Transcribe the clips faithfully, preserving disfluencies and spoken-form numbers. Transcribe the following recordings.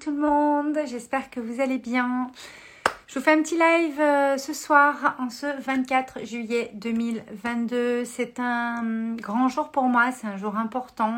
tout le monde, j'espère que vous allez bien. Je vous fais un petit live euh, ce soir, en ce vingt-quatre juillet deux mille vingt-deux. C'est un grand jour pour moi, c'est un jour important.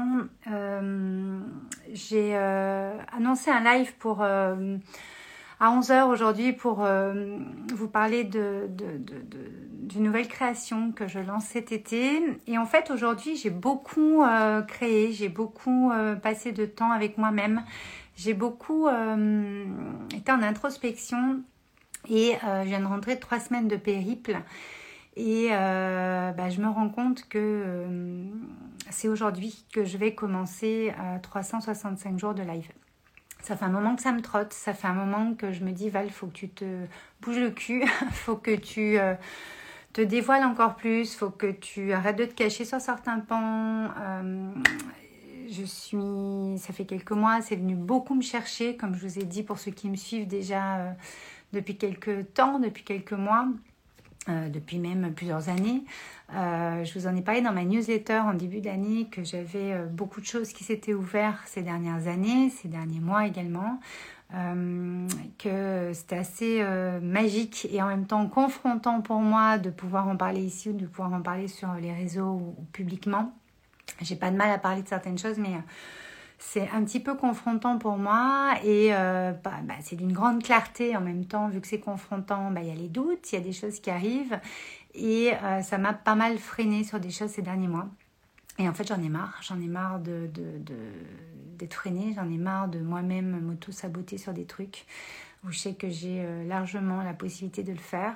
Euh, j'ai euh, annoncé un live pour, euh, à onze heures aujourd'hui pour euh, vous parler de, de, de, de, d'une nouvelle création que je lance cet été. Et en fait, aujourd'hui, j'ai beaucoup euh, créé, j'ai beaucoup euh, passé de temps avec moi-même. J'ai beaucoup euh, été en introspection. Et euh, je viens de rentrer de trois semaines de périple et euh, bah, je me rends compte que euh, c'est aujourd'hui que je vais commencer à trois cent soixante-cinq jours de live. Ça fait un moment que ça me trotte, ça fait un moment que je me dis Val, faut que tu te bouges le cul, faut que tu euh, te dévoiles encore plus, faut que tu arrêtes de te cacher sur certains pans. Euh, je suis, ça fait quelques mois, c'est venu beaucoup me chercher, comme je vous ai dit pour ceux qui me suivent déjà. Euh, depuis quelques temps, depuis quelques mois, euh, depuis même plusieurs années. Euh, je vous en ai parlé dans ma newsletter en début d'année que j'avais euh, beaucoup de choses qui s'étaient ouvertes ces dernières années, ces derniers mois également, euh, que c'était assez euh, magique et en même temps confrontant pour moi de pouvoir en parler ici ou de pouvoir en parler sur les réseaux ou, ou publiquement. J'ai pas de mal à parler de certaines choses, mais... Euh, c'est un petit peu confrontant pour moi et euh, bah, bah, c'est d'une grande clarté en même temps. Vu que c'est confrontant, bah, y a les doutes, il y a des choses qui arrivent et euh, ça m'a pas mal freiné sur des choses ces derniers mois. Et en fait, j'en ai marre. J'en ai marre de, de, de, d'être freinée. J'en ai marre de moi-même m'auto-saboter sur des trucs où je sais que j'ai euh, largement la possibilité de le faire.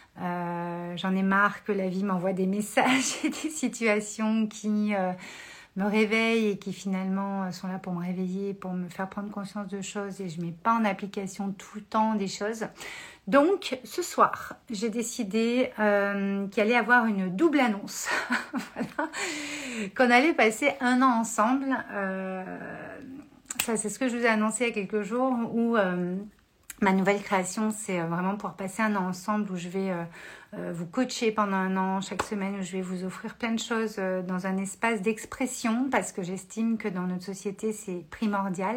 Euh, j'en ai marre que la vie m'envoie des messages et des situations qui... Euh, me réveillent et qui finalement sont là pour me réveiller, pour me faire prendre conscience de choses et je ne mets pas en application tout le temps des choses. Donc ce soir, j'ai décidé euh, qu'il allait y avoir une double annonce, voilà. Qu'on allait passer un an ensemble. Euh, ça, c'est ce que je vous ai annoncé il y a quelques jours où... Euh, Ma nouvelle création, c'est vraiment pour passer un an ensemble où je vais euh, euh, vous coacher pendant un an, chaque semaine, où je vais vous offrir plein de choses euh, dans un espace d'expression parce que j'estime que dans notre société, c'est primordial.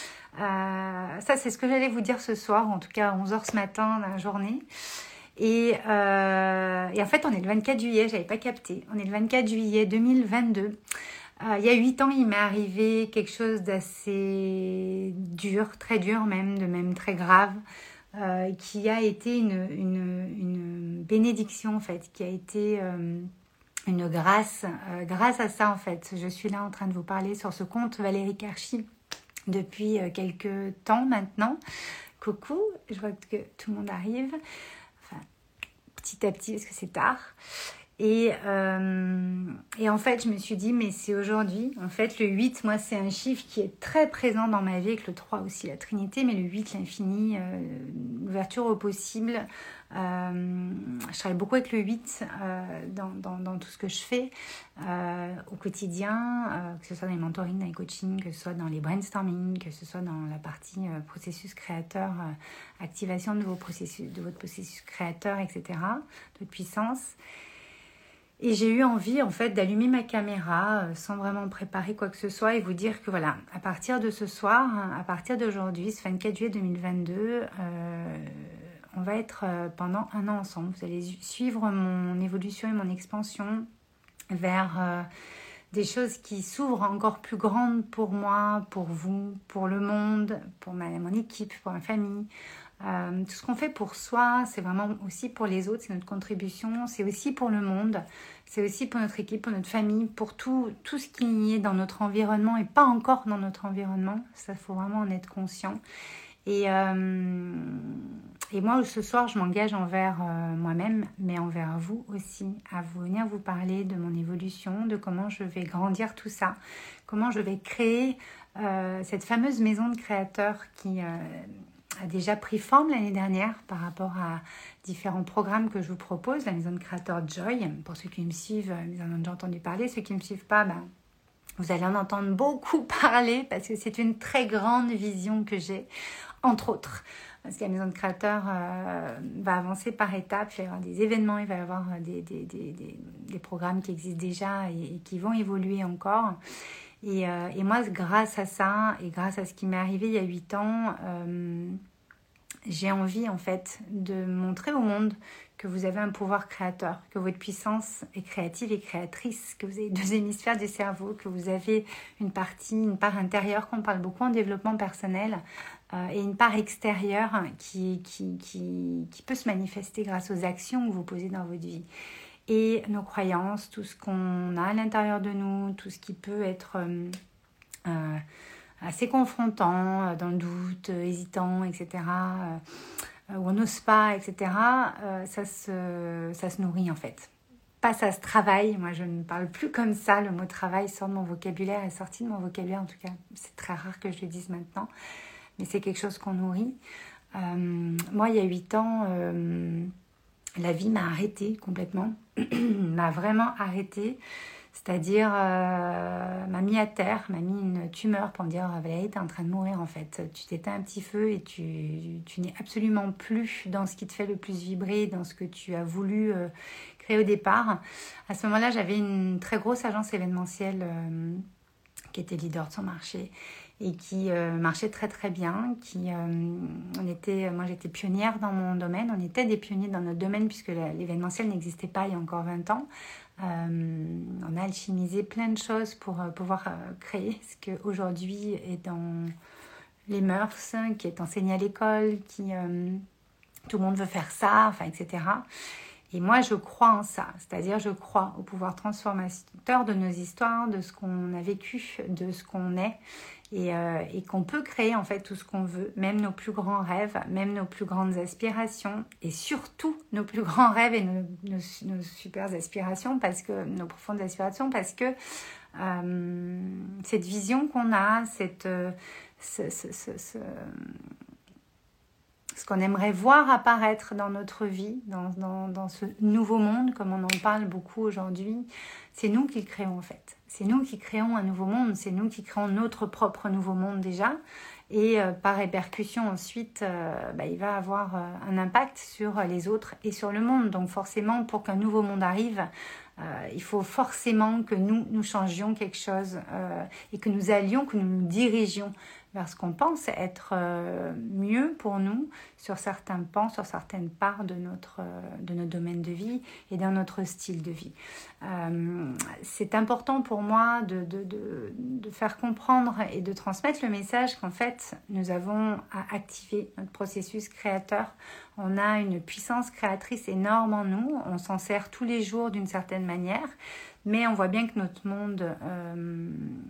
Euh, ça, c'est ce que j'allais vous dire ce soir, en tout cas à onze heures ce matin, dans la journée. Et, euh, et en fait, on est le vingt-quatre juillet, je n'avais pas capté. On est le vingt-quatre juillet deux mille vingt-deux. Euh, il y a huit ans, il m'est arrivé quelque chose d'assez dur, très dur même, de même très grave, euh, qui a été une, une, une bénédiction en fait, qui a été euh, une grâce. Euh, grâce à ça en fait, je suis là en train de vous parler sur ce compte Valérie Karchi depuis euh, quelques temps maintenant. Coucou, je vois que tout le monde arrive, enfin petit à petit parce que c'est tard. Et, euh, et en fait, je me suis dit, mais c'est aujourd'hui. En fait, le huit, moi, c'est un chiffre qui est très présent dans ma vie, avec le trois aussi, la Trinité, mais le huit, l'infini, euh, l'ouverture au possible. Euh, je travaille beaucoup avec le huit euh, dans, dans, dans tout ce que je fais euh, au quotidien, euh, que ce soit dans les mentorings, dans les coachings, que ce soit dans les brainstorming, que ce soit dans la partie euh, processus créateur, euh, activation de, vos processus, de votre processus créateur, et cetera, de puissance. Et j'ai eu envie en fait d'allumer ma caméra euh, sans vraiment préparer quoi que ce soit et vous dire que voilà, à partir de ce soir, à partir d'aujourd'hui, ce vingt-quatre juillet deux mille vingt-deux, euh, on va être euh, pendant un an ensemble. Vous allez suivre mon évolution et mon expansion vers euh, des choses qui s'ouvrent encore plus grandes pour moi, pour vous, pour le monde, pour ma, mon équipe, pour ma famille. Euh, tout ce qu'on fait pour soi, c'est vraiment aussi pour les autres, c'est notre contribution, c'est aussi pour le monde, c'est aussi pour notre équipe, pour notre famille, pour tout, tout ce qui est dans notre environnement et pas encore dans notre environnement. Ça, il faut vraiment en être conscient. Et, euh, et moi, ce soir, je m'engage envers euh, moi-même, mais envers vous aussi, à vous venir vous parler de mon évolution, de comment je vais grandir tout ça, comment je vais créer euh, cette fameuse maison de créateurs qui... Euh, a déjà pris forme l'année dernière par rapport à différents programmes que je vous propose, la maison de créateur Joy. Pour ceux qui me suivent, vous en avez déjà entendu parler. Ceux qui ne me suivent pas, ben, vous allez en entendre beaucoup parler parce que c'est une très grande vision que j'ai, entre autres. Parce que la maison de créateur euh, va avancer par étapes, il va y avoir des événements, il va y avoir des, des, des, des, des programmes qui existent déjà et, et qui vont évoluer encore. Et, euh, et moi, grâce à ça, et grâce à ce qui m'est arrivé il y a huit ans, euh, j'ai envie en fait de montrer au monde que vous avez un pouvoir créateur, que votre puissance est créative et créatrice, que vous avez deux hémisphères du cerveau, que vous avez une partie, une part intérieure qu'on parle beaucoup en développement personnel euh, et une part extérieure qui, qui, qui, qui peut se manifester grâce aux actions que vous posez dans votre vie. Et nos croyances, tout ce qu'on a à l'intérieur de nous, tout ce qui peut être euh, euh, assez confrontant, dans le doute, euh, hésitant, et cetera, euh, où on n'ose pas, et cetera, euh, ça, se, ça se nourrit en fait. Pas ça se travaille, moi je ne parle plus comme ça, le mot travail sort de mon vocabulaire, est sorti de mon vocabulaire en tout cas, c'est très rare que je le dise maintenant, mais c'est quelque chose qu'on nourrit. Euh, moi il y a huit ans, euh, la vie m'a arrêtée complètement, m'a vraiment arrêtée. C'est-à-dire, euh, m'a mis à terre, m'a mis une tumeur pour me dire « Valérie, tu es en train de mourir en fait. Tu t'éteins un petit feu et tu, tu n'es absolument plus dans ce qui te fait le plus vibrer, dans ce que tu as voulu euh, créer au départ. » À ce moment-là, j'avais une très grosse agence événementielle euh, qui était leader de son marché et qui euh, marchait très très bien. Qui, euh, on était, moi, j'étais pionnière dans mon domaine. On était des pionniers dans notre domaine puisque l'événementiel n'existait pas il y a encore vingt ans. Euh, on a alchimisé plein de choses pour euh, pouvoir euh, créer ce qu'aujourd'hui est dans les mœurs, qui est enseigné à l'école, qui euh, tout le monde veut faire ça, enfin, et cetera. Et moi, je crois en ça, c'est-à-dire je crois au pouvoir transformateur de nos histoires, de ce qu'on a vécu, de ce qu'on est, et, euh, et qu'on peut créer en fait tout ce qu'on veut, même nos plus grands rêves, même nos plus grandes aspirations, et surtout nos plus grands rêves et nos, nos, nos super aspirations, parce que nos profondes aspirations, parce que euh, cette vision qu'on a, cette, euh, ce, ce, ce, ce ce qu'on aimerait voir apparaître dans notre vie, dans, dans, dans ce nouveau monde, comme on en parle beaucoup aujourd'hui, c'est nous qui le créons en fait. C'est nous qui créons un nouveau monde, c'est nous qui créons notre propre nouveau monde déjà. Et euh, par répercussion ensuite, euh, bah, il va avoir euh, un impact sur les autres et sur le monde. Donc forcément, pour qu'un nouveau monde arrive, euh, il faut forcément que nous, nous changions quelque chose euh, et que nous allions, que nous nous dirigions vers ce qu'on pense être euh, mieux pour nous sur certains pans, sur certaines parts de notre, euh, de notre domaine de vie et dans notre style de vie. Euh, c'est important pour moi de, de, de, de faire comprendre et de transmettre le message qu'en fait, nous avons à activer notre processus créateur. On a une puissance créatrice énorme en nous, on s'en sert tous les jours d'une certaine manière, mais on voit bien que notre monde euh,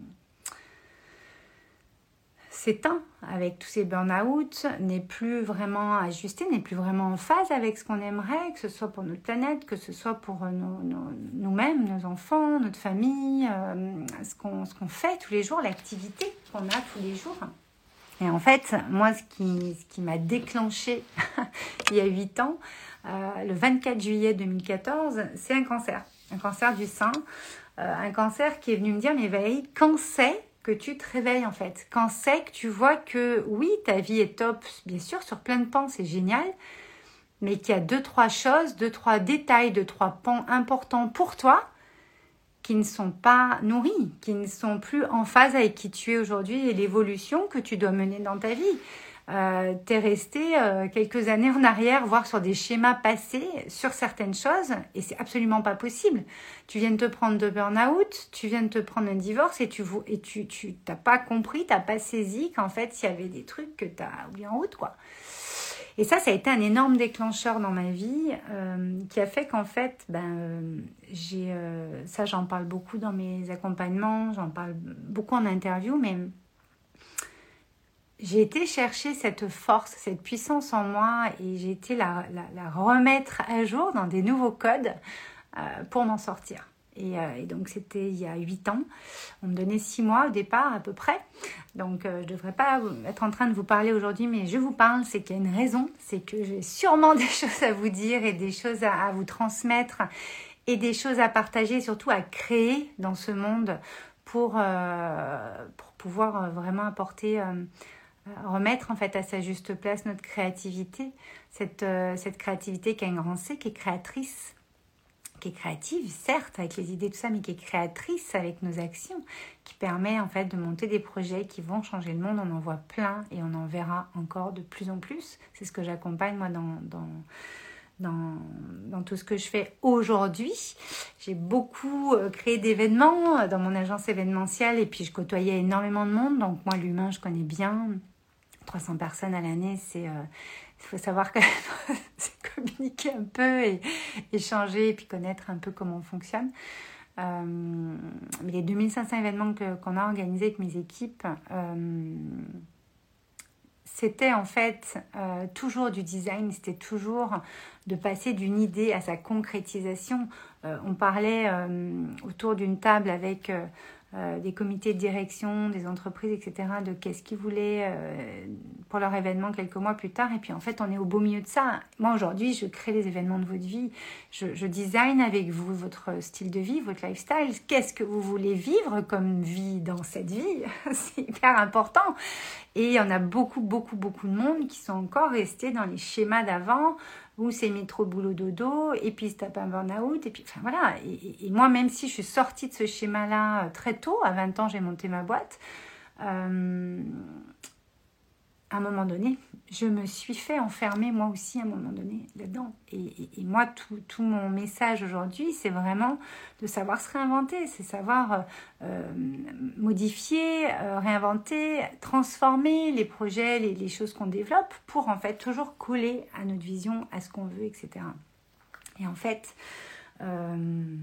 s'éteint avec tous ces burn-out, n'est plus vraiment ajusté, n'est plus vraiment en phase avec ce qu'on aimerait, que ce soit pour notre planète, que ce soit pour nos, nos, nous-mêmes, nos enfants, notre famille, euh, ce qu'on, ce qu'on fait tous les jours, l'activité qu'on a tous les jours. Et en fait, moi, ce qui, ce qui m'a déclenché il y a huit ans, euh, le vingt-quatre juillet deux mille quatorze, c'est un cancer, un cancer du sein, euh, un cancer qui est venu me dire, mais Valérie, quand c'est que tu te réveilles en fait, quand c'est que tu vois que oui, ta vie est top, bien sûr, sur plein de pans, c'est génial, mais qu'il y a deux, trois choses, deux, trois détails, deux, trois pans importants pour toi qui ne sont pas nourris, qui ne sont plus en phase avec qui tu es aujourd'hui et l'évolution que tu dois mener dans ta vie. Euh, t'es resté euh, quelques années en arrière, voire sur des schémas passés, sur certaines choses, et c'est absolument pas possible. Tu viens de te prendre de burn-out, tu viens de te prendre un divorce, et tu et tu, tu t'as pas compris, t'as pas saisi qu'en fait, il y avait des trucs que t'as oubliés en route, quoi. Et ça, ça a été un énorme déclencheur dans ma vie, euh, qui a fait qu'en fait, ben, euh, j'ai, euh, ça j'en parle beaucoup dans mes accompagnements, j'en parle beaucoup en interview, mais j'ai été chercher cette force, cette puissance en moi et j'ai été la, la, la remettre à jour dans des nouveaux codes euh, pour m'en sortir. Et, euh, et donc c'était il y a huit ans, on me donnait six mois au départ à peu près, donc euh, je ne devrais pas être en train de vous parler aujourd'hui, mais je vous parle, c'est qu'il y a une raison, c'est que j'ai sûrement des choses à vous dire et des choses à, à vous transmettre et des choses à partager, surtout à créer dans ce monde pour, euh, pour pouvoir vraiment apporter... Euh, remettre en fait à sa juste place notre créativité, cette, euh, cette créativité qui a un grand C, qui est créatrice, qui est créative, certes, avec les idées, tout ça, mais qui est créatrice avec nos actions, qui permet en fait de monter des projets qui vont changer le monde. On en voit plein et on en verra encore de plus en plus. C'est ce que j'accompagne moi dans, dans, dans, dans tout ce que je fais aujourd'hui. J'ai beaucoup créé d'événements dans mon agence événementielle et puis je côtoyais énormément de monde. Donc moi, l'humain, je connais bien. trois cents personnes à l'année, c'est... Euh, il faut savoir que c'est communiquer un peu et échanger et puis connaître un peu comment on fonctionne. Euh, les deux mille cinq cents événements que, qu'on a organisés avec mes équipes, euh, c'était en fait euh, toujours du design, c'était toujours de passer d'une idée à sa concrétisation. Euh, on parlait euh, autour d'une table avec... Euh, Euh, des comités de direction, des entreprises, et cetera, de qu'est-ce qu'ils voulaient euh, pour leur événement quelques mois plus tard. Et puis en fait, on est au beau milieu de ça. Moi, aujourd'hui, je crée les événements de votre vie. Je, je design avec vous votre style de vie, votre lifestyle. Qu'est-ce que vous voulez vivre comme vie dans cette vie? C'est hyper important. Et il y en a beaucoup, beaucoup, beaucoup de monde qui sont encore restés dans les schémas d'avant, où c'est métro, boulot, dodo, et puis se tape un burn-out, et puis, enfin voilà. Et, et moi, même si je suis sortie de ce schéma-là très tôt, à vingt ans, j'ai monté ma boîte, euh, à un moment donné, je me suis fait enfermer, moi aussi, à un moment donné, là-dedans. Et, et, et moi, tout, tout mon message aujourd'hui, c'est vraiment de savoir se réinventer, c'est savoir euh, modifier, euh, réinventer, transformer les projets, les, les choses qu'on développe pour, en fait, toujours coller à notre vision, à ce qu'on veut, et cetera. Et en fait, euh,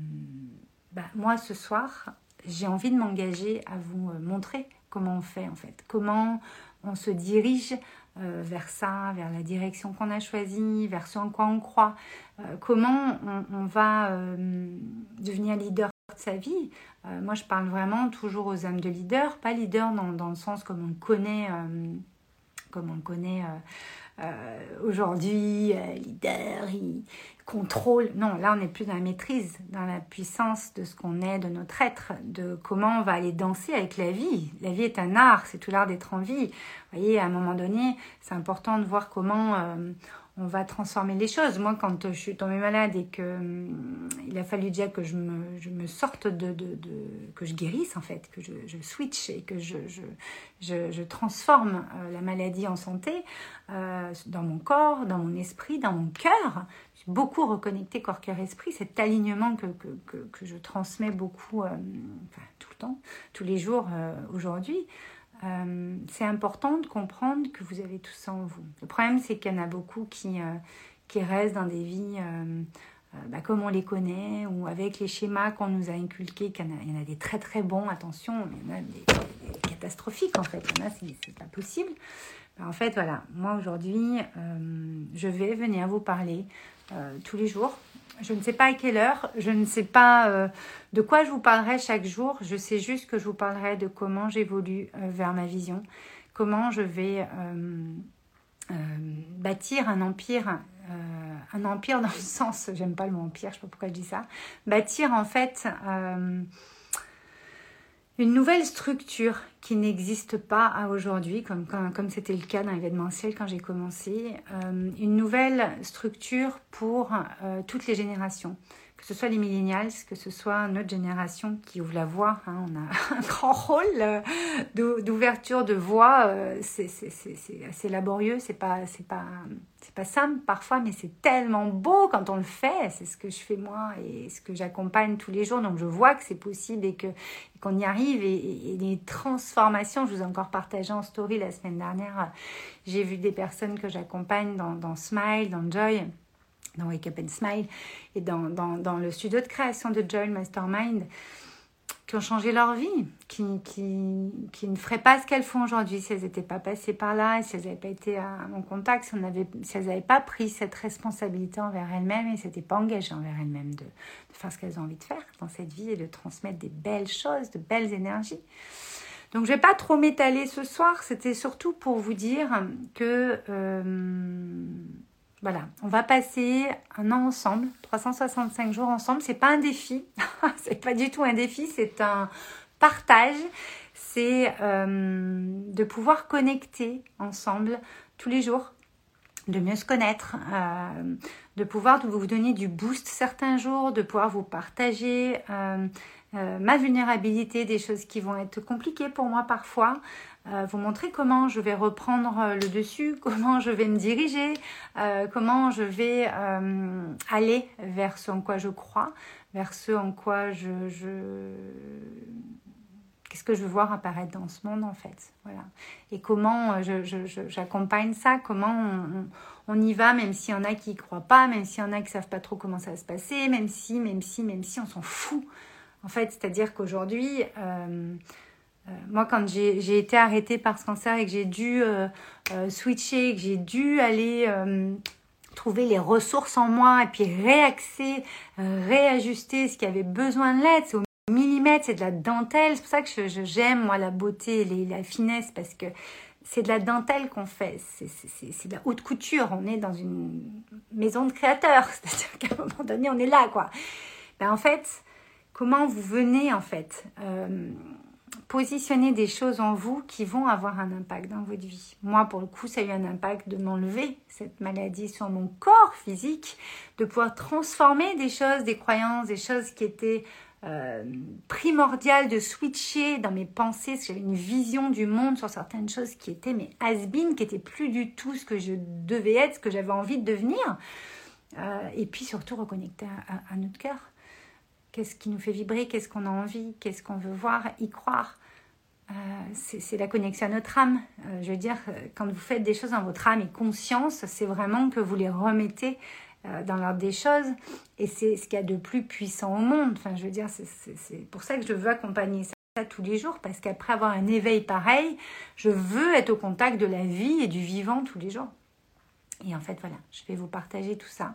bah, moi, ce soir, j'ai envie de m'engager à vous montrer comment on fait, en fait. Comment on se dirige euh, vers ça, vers la direction qu'on a choisie, vers ce en quoi on croit. Euh, comment on, on va euh, devenir leader de sa vie. Euh, moi, je parle vraiment toujours aux âmes de leader, pas leader dans, dans le sens comme on le connaît, euh, comme on le connaît euh, euh, aujourd'hui, euh, leader, il contrôle. Non, là, on n'est plus dans la maîtrise, dans la puissance de ce qu'on est, de notre être, de comment on va aller danser avec la vie. La vie est un art, c'est tout l'art d'être en vie. Vous voyez, à un moment donné, c'est important de voir comment euh, on va transformer les choses. Moi, quand je suis tombée malade et que euh, il a fallu déjà que je me, je me sorte de, de, de... que je guérisse, en fait, que je, je switch et que je, je, je, je transforme euh, la maladie en santé, euh, dans mon corps, dans mon esprit, dans mon cœur. J'ai beaucoup reconnecté corps, cœur, esprit, cet alignement que, que, que, que je transmets beaucoup, euh, enfin, tout le temps, tous les jours euh, aujourd'hui. Euh, c'est important de comprendre que vous avez tout ça en vous. Le problème, c'est qu'il y en a beaucoup qui, euh, qui restent dans des vies euh, euh, bah, comme on les connaît, ou avec les schémas qu'on nous a inculqués. Il y en a, il y en a des très très bons, attention, mais il y en a des, des catastrophiques en fait. Il y en a, c'est, c'est pas possible. Ben, en fait, voilà, moi aujourd'hui, euh, je vais venir vous parler euh, tous les jours. Je ne sais pas à quelle heure, je ne sais pas euh, de quoi je vous parlerai chaque jour. Je sais juste que je vous parlerai de comment j'évolue euh, vers ma vision, comment je vais euh, euh, bâtir un empire, euh, un empire dans le sens, j'aime pas le mot empire, je sais pas pourquoi je dis ça, bâtir en fait euh, une nouvelle structure qui n'existe pas à aujourd'hui, comme, comme, comme c'était le cas dans l'événementiel quand j'ai commencé, euh, une nouvelle structure pour euh, toutes les générations, que ce soit les millennials, que ce soit notre génération qui ouvre la voie, hein, on a un grand rôle euh, d'ouverture de voie, euh, c'est, c'est, c'est, c'est assez laborieux, c'est pas, c'est pas, c'est pas simple parfois, mais c'est tellement beau quand on le fait, c'est ce que je fais moi et ce que j'accompagne tous les jours, donc je vois que c'est possible et que et qu'on y arrive, et, et, et les transformations, je vous ai encore partagé en story la semaine dernière, j'ai vu des personnes que j'accompagne dans, dans Smile, dans Joy, dans Wake Up and Smile, et dans, dans, dans le studio de création de Joy Mastermind, qui ont changé leur vie, qui, qui, qui ne feraient pas ce qu'elles font aujourd'hui si elles n'étaient pas passées par là, si elles n'avaient pas été à mon contact, si, on avait, si elles n'avaient pas pris cette responsabilité envers elles-mêmes et ne s'étaient pas engagées envers elles-mêmes de, de faire ce qu'elles ont envie de faire dans cette vie et de transmettre des belles choses, de belles énergies. Donc, je ne vais pas trop m'étaler ce soir, c'était surtout pour vous dire que... Euh, Voilà, on va passer un an ensemble, trois cent soixante-cinq jours ensemble. C'est pas un défi, c'est pas du tout un défi, c'est un partage. C'est euh, de pouvoir connecter ensemble tous les jours de mieux se connaître, euh, de pouvoir vous donner du boost certains jours, de pouvoir vous partager euh, euh, ma vulnérabilité, des choses qui vont être compliquées pour moi parfois, euh, vous montrer comment je vais reprendre le dessus, comment je vais me diriger, euh, comment je vais euh, aller vers ce en quoi je crois, vers ce en quoi je... je... Qu'est-ce que je veux voir apparaître dans ce monde en fait, voilà. Et comment je, je, je, j'accompagne ça, comment on, on, on y va, même s'il y en a qui y croient pas, même s'il y en a qui savent pas trop comment ça va se passer, même si, même si, même si, on s'en fout. En fait, c'est-à-dire qu'aujourd'hui, euh, euh, moi quand j'ai, j'ai été arrêtée par ce cancer et que j'ai dû euh, euh, switcher, que j'ai dû aller... Euh, trouver les ressources en moi et puis réaxer, euh, réajuster ce qui avait besoin de l'être, c'est au millimètre, c'est de la dentelle. C'est pour ça que je, je, j'aime moi la beauté, les, la finesse, parce que c'est de la dentelle qu'on fait, c'est, c'est, c'est de la haute couture. On est dans une maison de créateurs, c'est-à-dire qu'à un moment donné, on est là, quoi. Ben, en fait, comment vous venez, en fait, euh, positionner des choses en vous qui vont avoir un impact dans votre vie. Moi, pour le coup, ça a eu un impact de m'enlever cette maladie sur mon corps physique, de pouvoir transformer des choses, des croyances, des choses qui étaient Euh, primordial de switcher dans mes pensées, parce que j'avais une vision du monde sur certaines choses qui étaient mes has-been, qui n'étaient plus du tout ce que je devais être, ce que j'avais envie de devenir, euh, et puis surtout reconnecter à, à, à notre cœur. Qu'est-ce qui nous fait vibrer, qu'est-ce qu'on a envie, qu'est-ce qu'on veut voir, y croire. Euh, c'est, c'est la connexion à notre âme. Euh, je veux dire, quand vous faites des choses dans votre âme et conscience, c'est vraiment que vous les remettez dans l'ordre des choses, et c'est ce qu'il y a de plus puissant au monde. Enfin, je veux dire, c'est, c'est, c'est pour ça que je veux accompagner ça, ça tous les jours, parce qu'après avoir un éveil pareil, je veux être au contact de la vie et du vivant tous les jours. Et en fait, voilà, je vais vous partager tout ça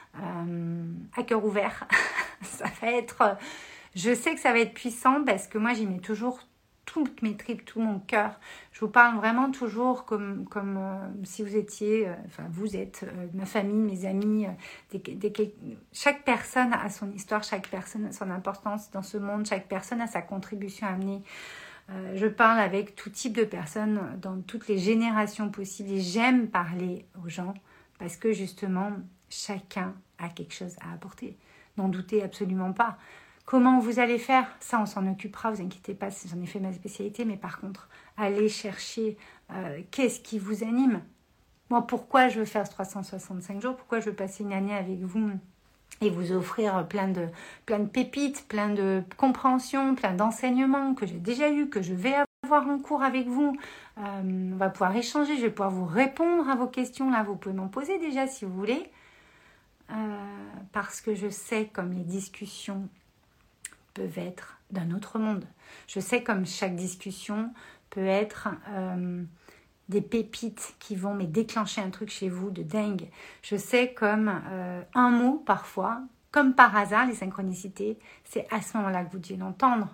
euh, à cœur ouvert. Ça va être... Je sais que ça va être puissant, parce que moi, j'y mets toujours toutes mes tripes, tout mon cœur. Je vous parle vraiment toujours comme, comme euh, si vous étiez, euh, enfin vous êtes, euh, ma famille, mes amis. Euh, des, des, chaque personne a son histoire, chaque personne a son importance dans ce monde, chaque personne a sa contribution à amener. Euh, je parle avec tout type de personnes dans toutes les générations possibles, et j'aime parler aux gens parce que justement, chacun a quelque chose à apporter. N'en doutez absolument pas. Comment vous allez faire? Ça, on s'en occupera, vous inquiétez pas, j'en ai fait ma spécialité, mais par contre, allez chercher euh, qu'est-ce qui vous anime. Moi, pourquoi je veux faire ce trois cent soixante-cinq jours? Pourquoi je veux passer une année avec vous et vous offrir plein de, plein de pépites, plein de compréhension, plein d'enseignements que j'ai déjà eu, que je vais avoir en cours avec vous. Euh, on va pouvoir échanger, je vais pouvoir vous répondre à vos questions. Là, vous pouvez m'en poser déjà si vous voulez. Euh, parce que je sais comme les discussions peuvent être d'un autre monde. Je sais comme chaque discussion peut être euh, des pépites qui vont mais déclencher un truc chez vous de dingue. Je sais comme euh, un mot parfois, comme par hasard, les synchronicités, c'est à ce moment-là que vous devez l'entendre.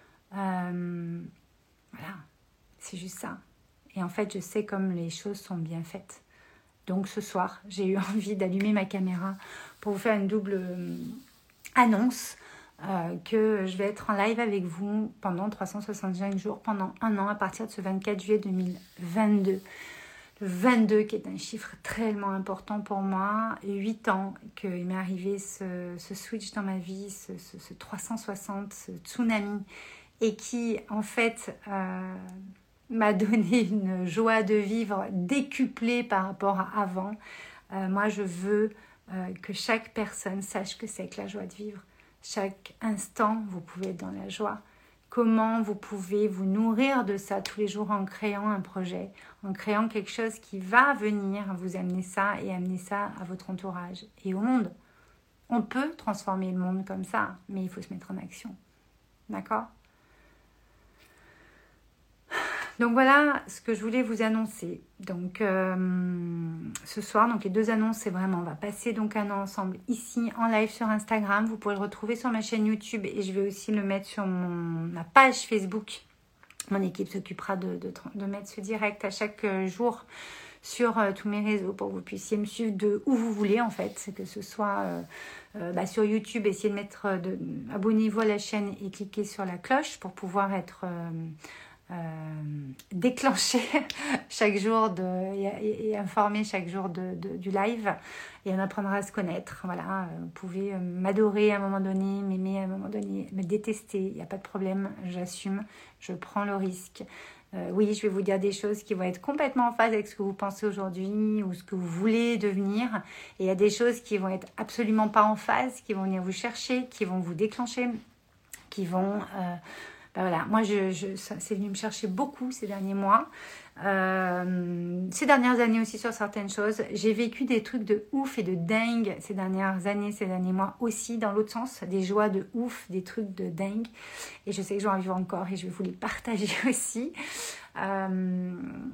Euh, voilà, c'est juste ça. Et en fait, je sais comme les choses sont bien faites. Donc ce soir, j'ai eu envie d'allumer ma caméra pour vous faire une double euh, annonce. Euh, que je vais être en live avec vous pendant trois cent soixante-cinq jours, pendant un an, à partir de ce vingt-quatre juillet deux mille vingt-deux. Le vingt-deux qui est un chiffre tellement important pour moi. huit ans qu'il m'est arrivé ce, ce switch dans ma vie, ce, ce, ce trois cent soixante, ce tsunami, et qui en fait euh, m'a donné une joie de vivre décuplée par rapport à avant. Euh, moi je veux euh, que chaque personne sache que c'est que la joie de vivre. Chaque instant, vous pouvez être dans la joie. Comment vous pouvez vous nourrir de ça tous les jours en créant un projet, en créant quelque chose qui va venir vous amener ça et amener ça à votre entourage et au monde. On peut transformer le monde comme ça, mais il faut se mettre en action. D'accord ? Donc voilà ce que je voulais vous annoncer. Donc euh, ce soir, donc les deux annonces, c'est vraiment, on va passer donc un an ensemble ici en live sur Instagram. Vous pourrez le retrouver sur ma chaîne YouTube et je vais aussi le mettre sur mon, ma page Facebook. Mon équipe s'occupera de, de, de mettre ce direct à chaque jour sur euh, tous mes réseaux pour que vous puissiez me suivre de où vous voulez en fait, que ce soit euh, euh, bah, sur YouTube, essayez de mettre, de, abonnez-vous à la chaîne et cliquez sur la cloche pour pouvoir être... Euh, euh, déclencher chaque jour de, et, et informer chaque jour de, de, du live et on apprendra à se connaître. Voilà, vous pouvez m'adorer à un moment donné, m'aimer à un moment donné, me détester, il n'y a pas de problème, j'assume, je prends le risque. Euh, oui, je vais vous dire des choses qui vont être complètement en phase avec ce que vous pensez aujourd'hui ou ce que vous voulez devenir. Et il y a des choses qui vont être absolument pas en phase, qui vont venir vous chercher, qui vont vous déclencher, qui vont... Euh, ben voilà, moi, je, je, ça, c'est venu me chercher beaucoup ces derniers mois. Euh, ces dernières années aussi sur certaines choses. J'ai vécu des trucs de ouf et de dingue ces dernières années, ces derniers mois aussi, dans l'autre sens. Des joies de ouf, des trucs de dingue. Et je sais que j'en vivre encore et je vais vous les partager aussi. Euh,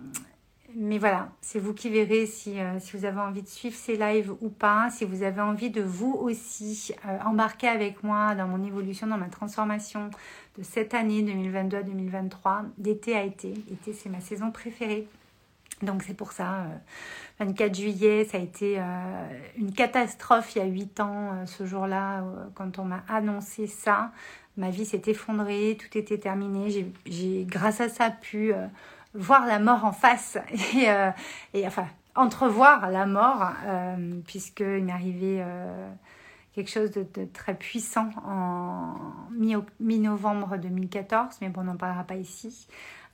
mais voilà, c'est vous qui verrez si, euh, si vous avez envie de suivre ces lives ou pas, si vous avez envie de vous aussi euh, embarquer avec moi dans mon évolution, dans ma transformation de cette année deux mille vingt-deux à deux mille vingt-trois, d'été à été. Été, c'est ma saison préférée. Donc c'est pour ça, euh, vingt-quatre juillet, ça a été euh, une catastrophe il y a huit ans, euh, ce jour-là, euh, quand on m'a annoncé ça. Ma vie s'est effondrée, tout était terminé. J'ai, j'ai grâce à ça, pu... Euh, voir la mort en face et, euh, et enfin entrevoir la mort euh, puisqu'il m'est arrivé euh, quelque chose de, de très puissant en mi- mi-novembre deux mille quatorze, mais bon, on n'en parlera pas ici.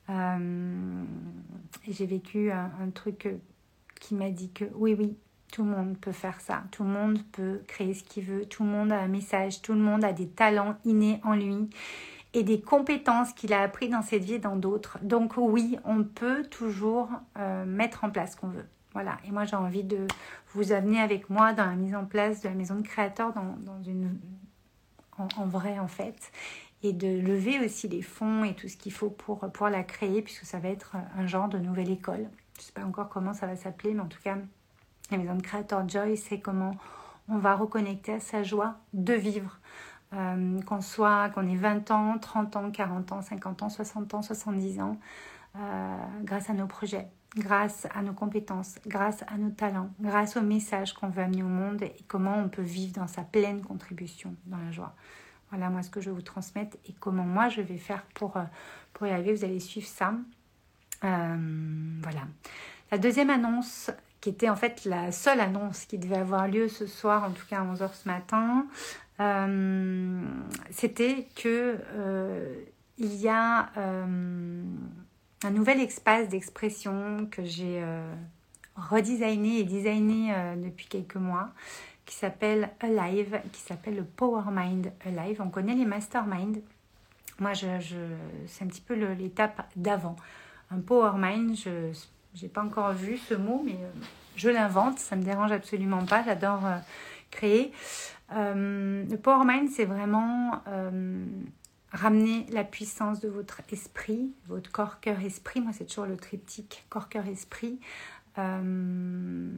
Euh, et j'ai vécu un, un truc qui m'a dit que oui, oui, tout le monde peut faire ça, tout le monde peut créer ce qu'il veut, tout le monde a un message, tout le monde a des talents innés en lui et des compétences qu'il a appris dans cette vie et dans d'autres. Donc oui, on peut toujours euh, mettre en place ce qu'on veut. Voilà. Et moi, j'ai envie de vous amener avec moi dans la mise en place de la maison de créateur dans, dans une, en, en vrai, en fait. Et de lever aussi les fonds et tout ce qu'il faut pour, pour la créer, puisque ça va être un genre de nouvelle école. Je ne sais pas encore comment ça va s'appeler, mais en tout cas, la maison de créateur Joy, c'est comment on va reconnecter à sa joie de vivre. Euh, qu'on soit, qu'on ait vingt ans, trente ans, quarante ans, cinquante ans, soixante ans, soixante-dix ans, euh, grâce à nos projets, grâce à nos compétences, grâce à nos talents, grâce au message qu'on veut amener au monde et comment on peut vivre dans sa pleine contribution dans la joie. Voilà moi ce que je vais vous transmettre et comment moi je vais faire pour, pour y arriver. Vous allez suivre ça. Euh, voilà. La deuxième annonce, qui était en fait la seule annonce qui devait avoir lieu ce soir, en tout cas à onze heures ce matin, euh, c'était que euh, il y a euh, un nouvel espace d'expression que j'ai euh, redesigné et designé euh, depuis quelques mois, qui s'appelle Alive, qui s'appelle le Power Mind Alive. On connaît les Mastermind. Moi, je, je, c'est un petit peu le, l'étape d'avant. Un Power Mind, je n'ai pas encore vu ce mot, mais euh, je l'invente. Ça ne me dérange absolument pas. J'adore euh, créer. Euh, le Power Mind, c'est vraiment euh, ramener la puissance de votre esprit, votre corps, cœur, esprit. Moi, c'est toujours le triptyque corps, cœur, esprit. Euh,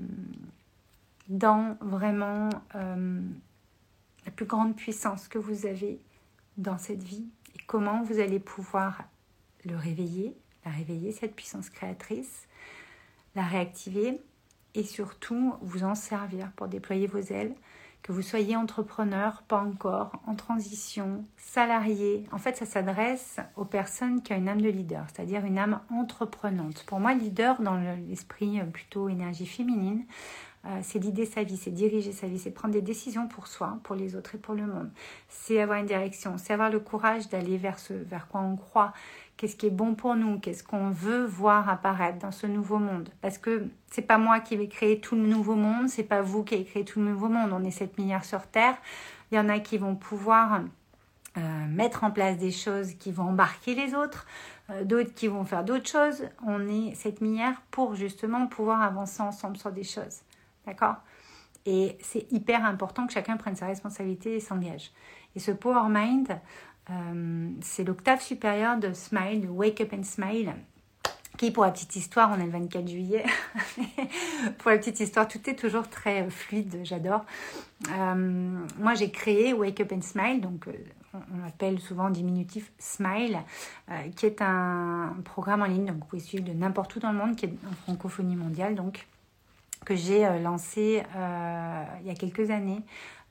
dans vraiment euh, la plus grande puissance que vous avez dans cette vie et comment vous allez pouvoir le réveiller, la réveiller, cette puissance créatrice, la réactiver et surtout vous en servir pour déployer vos ailes, que vous soyez entrepreneur, pas encore, en transition, salarié. En fait, ça s'adresse aux personnes qui ont une âme de leader, c'est-à-dire une âme entreprenante. Pour moi, leader, dans l'esprit plutôt énergie féminine, euh, c'est l'idée sa vie, c'est diriger sa vie, c'est prendre des décisions pour soi, pour les autres et pour le monde. C'est avoir une direction, c'est avoir le courage d'aller vers ce vers quoi on croit, qu'est-ce qui est bon pour nous, qu'est-ce qu'on veut voir apparaître dans ce nouveau monde. Parce que c'est pas moi qui vais créer tout le nouveau monde, c'est pas vous qui allez créer tout le nouveau monde. On est sept milliards sur Terre. Il y en a qui vont pouvoir euh, mettre en place des choses qui vont embarquer les autres, euh, d'autres qui vont faire d'autres choses. On est sept milliards pour justement pouvoir avancer ensemble sur des choses. D'accord ? Et c'est hyper important que chacun prenne sa responsabilité et s'engage. Et ce Power Mind, euh, c'est l'octave supérieure de Smile, de Wake Up and Smile, qui, pour la petite histoire, on est le vingt-quatre juillet. Pour la petite histoire, tout est toujours très fluide, j'adore. Euh, moi, j'ai créé Wake Up and Smile, donc euh, on l'appelle souvent en diminutif Smile, euh, qui est un programme en ligne, donc vous pouvez suivre de n'importe où dans le monde, qui est en francophonie mondiale, donc que j'ai lancé euh, il y a quelques années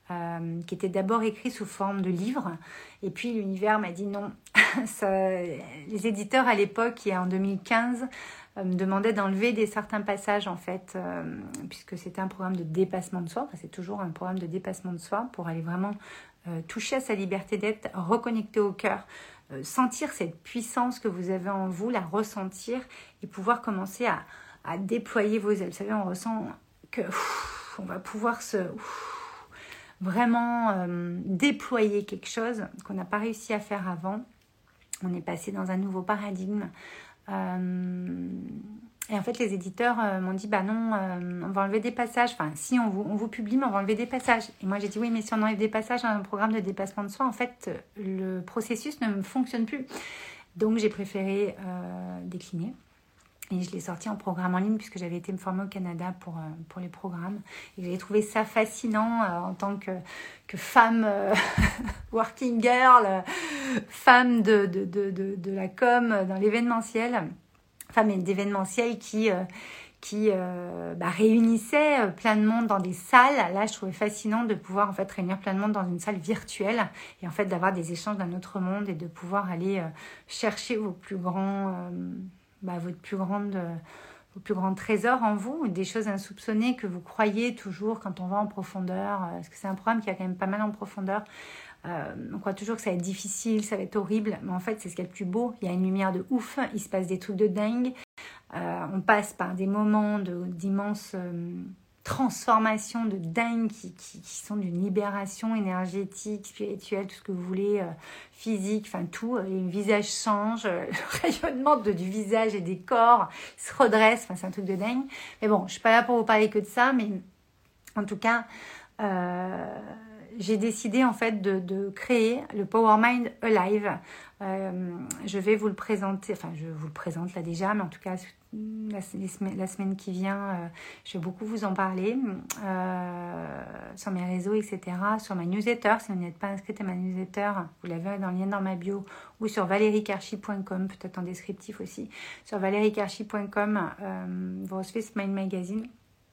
euh, qui était d'abord écrit sous forme de livre. Et puis l'univers m'a dit non. Ça, les éditeurs à l'époque, et en deux mille quinze, euh, me demandaient d'enlever des certains passages en fait, euh, puisque c'était un programme de dépassement de soi. Enfin, c'est toujours un programme de dépassement de soi pour aller vraiment euh, toucher à sa liberté d'être, reconnecter au cœur, euh, sentir cette puissance que vous avez en vous, la ressentir et pouvoir commencer à, à déployer vos ailes. Vous savez, on ressent que ouf, on va pouvoir se ouf, vraiment euh, déployer quelque chose qu'on n'a pas réussi à faire avant. On est passé dans un nouveau paradigme. Euh, et en fait, les éditeurs euh, m'ont dit, bah non, euh, on va enlever des passages. Enfin, si on vous, on vous publie, mais on va enlever des passages. Et moi, j'ai dit, oui, mais si on enlève des passages dans un programme de dépassement de soi, en fait, le processus ne fonctionne plus. Donc, j'ai préféré euh, décliner. Et je l'ai sorti en programme en ligne puisque j'avais été me former au Canada pour, euh, pour les programmes. Et j'ai trouvé ça fascinant euh, en tant que, que femme euh, working girl, euh, femme de, de, de, de, de la com dans l'événementiel, femme d'événementiel qui, euh, qui euh, bah, réunissait plein de monde dans des salles. Là, je trouvais fascinant de pouvoir en fait réunir plein de monde dans une salle virtuelle et en fait d'avoir des échanges d'un autre monde et de pouvoir aller euh, chercher vos plus grands... Euh, Bah, votre plus grande, euh, vos plus grands trésors en vous, des choses insoupçonnées que vous croyez toujours quand on va en profondeur, euh, parce que c'est un programme qui a quand même pas mal en profondeur. Euh, on croit toujours que ça va être difficile, ça va être horrible, mais en fait c'est ce qu'il y a de plus beau. Il y a une lumière de ouf, il se passe des trucs de dingue, euh, on passe par des moments de, d'immenses euh, transformations de dingue qui, qui, qui sont d'une libération énergétique, spirituelle, tout ce que vous voulez, euh, physique, enfin tout. Euh, le visage change, euh, le rayonnement de, du visage et des corps se redresse, enfin c'est un truc de dingue. Mais bon, je suis pas là pour vous parler que de ça, mais en tout cas, euh, j'ai décidé en fait de, de créer le Power Mind Alive. Euh, je vais vous le présenter, enfin je vous le présente là déjà, mais en tout cas la, la semaine qui vient, euh, je vais beaucoup vous en parler euh, sur mes réseaux, et cetera. Sur ma newsletter, si vous n'êtes pas inscrite à ma newsletter, vous l'avez dans le lien dans ma bio, ou sur valérie karchi point com, peut-être en descriptif aussi. Sur valérie karchi point com, euh, vous recevez ce Mind Magazine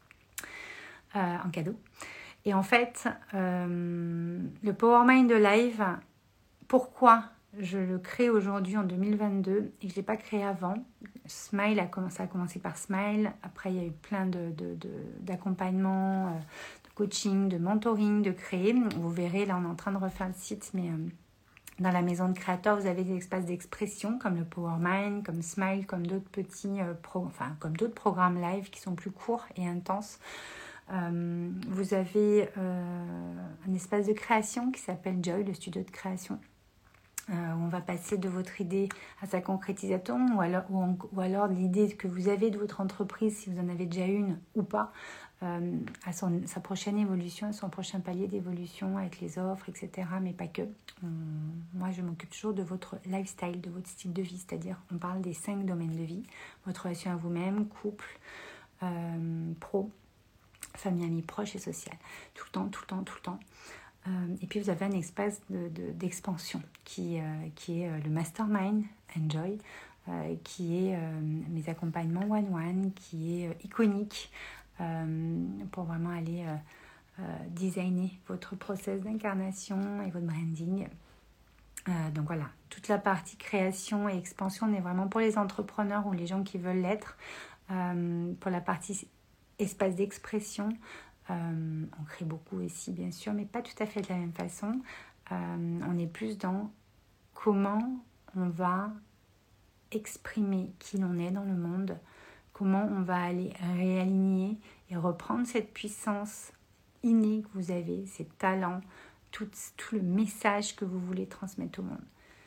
euh, en cadeau. Et en fait, euh, le Power Mind Live, pourquoi je le crée aujourd'hui en deux mille vingt-deux et que je ne l'ai pas créé avant. Smile a commencé, ça a commencé par Smile. Après, il y a eu plein de, de, de, d'accompagnement, euh, de coaching, de mentoring, de créer. Vous verrez, là, on est en train de refaire le site, mais euh, dans la maison de créateurs, vous avez des espaces d'expression comme le Power Mind, comme Smile, comme d'autres petits, euh, pro, enfin, comme d'autres programmes live qui sont plus courts et intenses. Euh, vous avez euh, un espace de création qui s'appelle Joy, le studio de création. Euh, on va passer de votre idée à sa concrétisation ou alors, ou, en, ou alors de l'idée que vous avez de votre entreprise, si vous en avez déjà une ou pas, euh, à son, sa prochaine évolution, à son prochain palier d'évolution avec les offres, et cetera. Mais pas que. On, moi, je m'occupe toujours de votre lifestyle, de votre style de vie, c'est-à-dire on parle des cinq domaines de vie, votre relation à vous-même, couple, euh, pro, famille, amis, proches et social. Tout le temps, tout le temps, tout le temps. Euh, et puis vous avez un espace de, de, d'expansion qui, euh, qui est euh, le Mastermind Enjoy, euh, qui est euh, mes accompagnements one-one, qui est euh, iconique euh, pour vraiment aller euh, euh, designer votre process d'incarnation et votre branding. Euh, donc voilà, toute la partie création et expansion, on est vraiment pour les entrepreneurs ou les gens qui veulent l'être. Euh, pour la partie espace d'expression, Euh, on crée beaucoup aussi bien sûr, mais pas tout à fait de la même façon. Euh, on est plus dans comment on va exprimer qui l'on est dans le monde, comment on va aller réaligner et reprendre cette puissance innée que vous avez, ces talents, tout, tout le message que vous voulez transmettre au monde.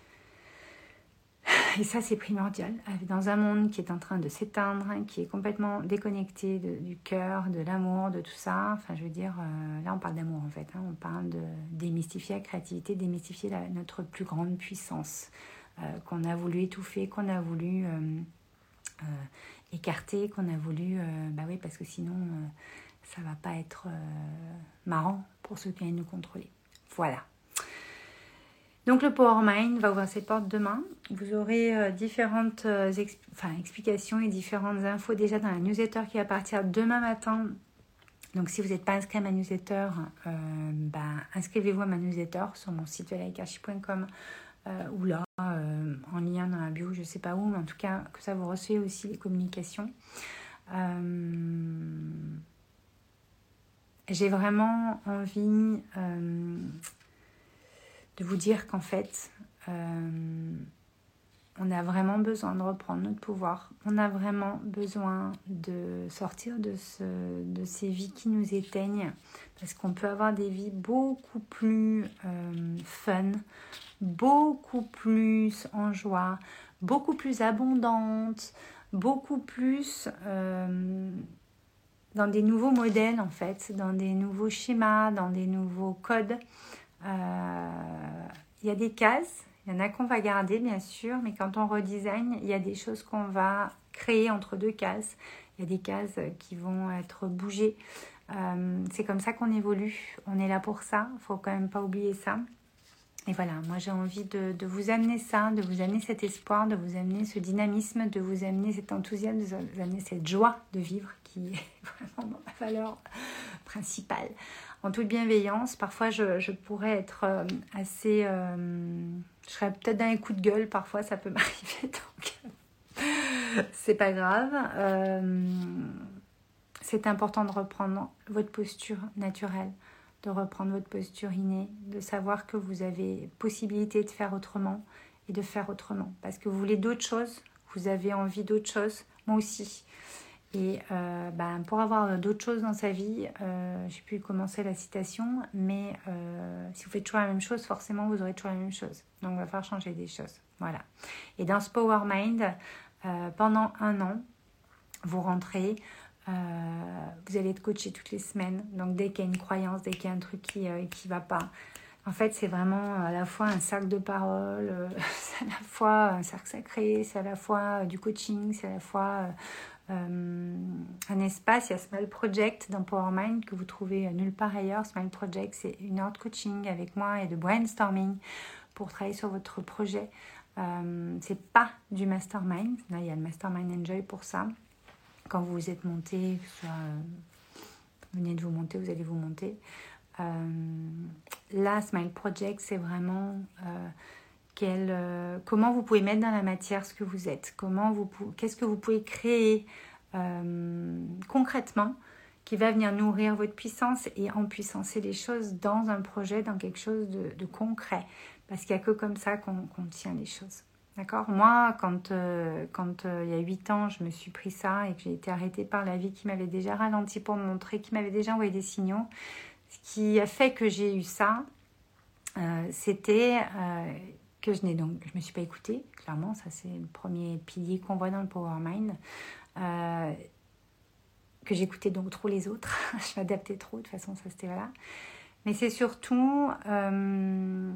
Et ça, c'est primordial. Dans un monde qui est en train de s'éteindre, qui est complètement déconnecté de, du cœur, de l'amour, de tout ça. Enfin, je veux dire, euh, là, on parle d'amour, en fait. Hein. On parle de démystifier la créativité, démystifier la, notre plus grande puissance euh, qu'on a voulu étouffer, qu'on a voulu euh, euh, écarter, qu'on a voulu... Euh, bah oui, parce que sinon, euh, ça va pas être euh, marrant pour ceux qui viennent nous contrôler. Voilà. Donc le Power Mind va ouvrir ses portes demain. Vous aurez euh, différentes euh, exp- enfin, explications et différentes infos déjà dans la newsletter qui va partir demain matin Donc, si vous n'êtes pas inscrit à ma newsletter, euh, ben, inscrivez-vous à ma newsletter sur mon site valerie karchi point com euh, ou là, euh, en lien dans la bio, je ne sais pas où, mais en tout cas, que ça vous recevez aussi les communications. Euh, j'ai vraiment envie euh, de vous dire qu'en fait, euh, on a vraiment besoin de reprendre notre pouvoir. On a vraiment besoin de sortir de, ce, de ces vies qui nous éteignent. Parce qu'on peut avoir des vies beaucoup plus euh, fun, beaucoup plus en joie, beaucoup plus abondantes, beaucoup plus euh, dans des nouveaux modèles en fait, dans des nouveaux schémas, dans des nouveaux codes. Euh, il y a des cases. Il y en a qu'on va garder, bien sûr, mais quand on redesign, il y a des choses qu'on va créer entre deux cases. Il y a des cases qui vont être bougées. Euh, c'est comme ça qu'on évolue. On est là pour ça. Il ne faut quand même pas oublier ça. Et voilà, moi j'ai envie de, de vous amener ça, de vous amener cet espoir, de vous amener ce dynamisme, de vous amener cet enthousiasme, de vous amener cette joie de vivre qui est vraiment ma valeur principale. En toute bienveillance, parfois je, je pourrais être euh, assez... Euh, je serais peut-être dans les coups de gueule, parfois ça peut m'arriver, donc c'est pas grave. Euh, c'est important de reprendre votre posture naturelle, de reprendre votre posture innée, de savoir que vous avez possibilité de faire autrement et de faire autrement. Parce que vous voulez d'autres choses, vous avez envie d'autres choses, moi aussi. Et euh, ben, pour avoir d'autres choses dans sa vie, euh, je n'ai plus commencer la citation, mais euh, si vous faites toujours la même chose, forcément vous aurez toujours la même chose. Donc il va falloir changer des choses. Voilà. Et dans ce Power Mind, euh, pendant un an, vous rentrez, euh, vous allez être coaché toutes les semaines. Donc dès qu'il y a une croyance, dès qu'il y a un truc qui ne euh, qui va pas, en fait c'est vraiment à la fois un cercle de parole, euh, c'est à la fois un cercle sacré, c'est à la fois euh, du coaching, c'est à la fois... Euh, Euh, un espace, il y a Smile Project dans Power Mind que vous trouvez nulle part ailleurs. Smile Project, c'est une heure de coaching avec moi et de brainstorming pour travailler sur votre projet. Euh, c'est pas du mastermind. Là, il y a le mastermind Enjoy pour ça. Quand vous vous êtes monté, soit euh, vous venez de vous monter, vous allez vous monter. Euh, là, Smile Project, c'est vraiment... Euh, Quel, euh, comment vous pouvez mettre dans la matière ce que vous êtes, comment vous, qu'est-ce que vous pouvez créer euh, concrètement qui va venir nourrir votre puissance et empuissancer les choses dans un projet, dans quelque chose de, de concret. Parce qu'il n'y a que comme ça qu'on, qu'on tient les choses. D'accord ? Moi, quand, euh, quand euh, il y a huit ans, je me suis pris ça et que j'ai été arrêtée par la vie qui m'avait déjà ralenti pour me montrer, qui m'avait déjà envoyé des signaux, ce qui a fait que j'ai eu ça, euh, c'était... Euh, que je n'ai donc, je me suis pas écoutée, clairement, ça c'est le premier pilier qu'on voit dans le Power Mind, euh, que j'écoutais donc trop les autres, je m'adaptais trop, de toute façon ça c'était voilà, mais c'est surtout euh,